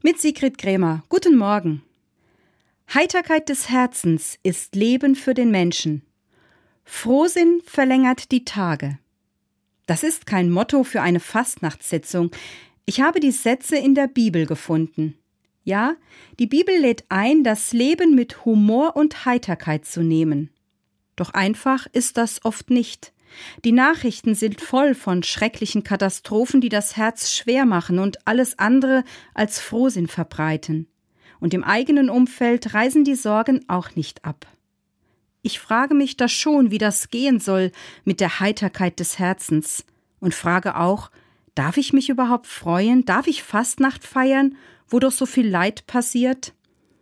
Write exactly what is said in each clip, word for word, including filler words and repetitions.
Mit Sigrid Krämer. Guten Morgen. Heiterkeit des Herzens ist Leben für den Menschen. Frohsinn verlängert die Tage. Das ist kein Motto für eine Fastnachtssitzung. Ich habe die Sätze in der Bibel gefunden. Ja, die Bibel lädt ein, das Leben mit Humor und Heiterkeit zu nehmen. Doch einfach ist das oft nicht. Die Nachrichten sind voll von schrecklichen Katastrophen, die das Herz schwer machen und alles andere als Frohsinn verbreiten. Und im eigenen Umfeld reißen die Sorgen auch nicht ab. Ich frage mich da schon, wie das gehen soll mit der Heiterkeit des Herzens. Und frage auch, darf ich mich überhaupt freuen? Darf ich Fastnacht feiern, wo doch so viel Leid passiert?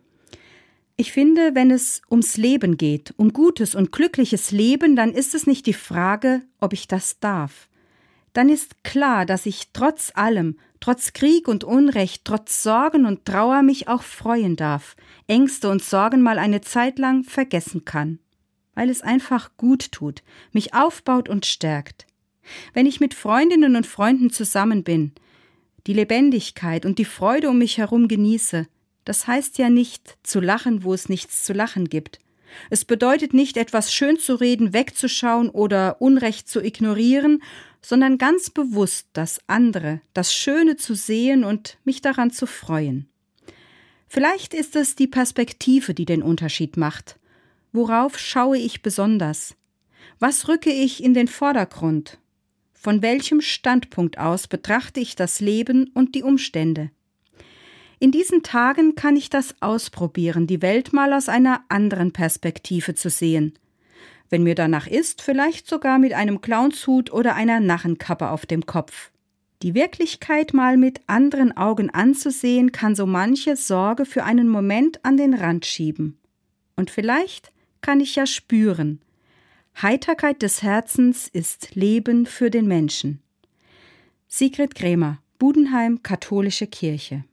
Ich finde, wenn es ums Leben geht, um gutes und glückliches Leben, dann ist es nicht die Frage, ob ich das darf. Dann ist klar, dass ich trotz allem, trotz Krieg und Unrecht, trotz Sorgen und Trauer mich auch freuen darf, Ängste und Sorgen mal eine Zeit lang vergessen kann. Weil es einfach gut tut, mich aufbaut und stärkt. Wenn ich mit Freundinnen und Freunden zusammen bin, die Lebendigkeit und die Freude um mich herum genieße, das heißt ja nicht, zu lachen, wo es nichts zu lachen gibt. Es bedeutet nicht, etwas schön zu reden, wegzuschauen oder Unrecht zu ignorieren, sondern ganz bewusst das andere, das Schöne zu sehen und mich daran zu freuen. Vielleicht ist es die Perspektive, die den Unterschied macht. Worauf schaue ich besonders? Was rücke ich in den Vordergrund? Von welchem Standpunkt aus betrachte ich das Leben und die Umstände? In diesen Tagen kann ich das ausprobieren, die Welt mal aus einer anderen Perspektive zu sehen. Wenn mir danach ist, vielleicht sogar mit einem Clownshut oder einer Narrenkappe auf dem Kopf. Die Wirklichkeit mal mit anderen Augen anzusehen, kann so manche Sorge für einen Moment an den Rand schieben. Und vielleicht kann ich ja spüren, Heiterkeit des Herzens ist Leben für den Menschen. Sigrid Krämer, Budenheim, Katholische Kirche.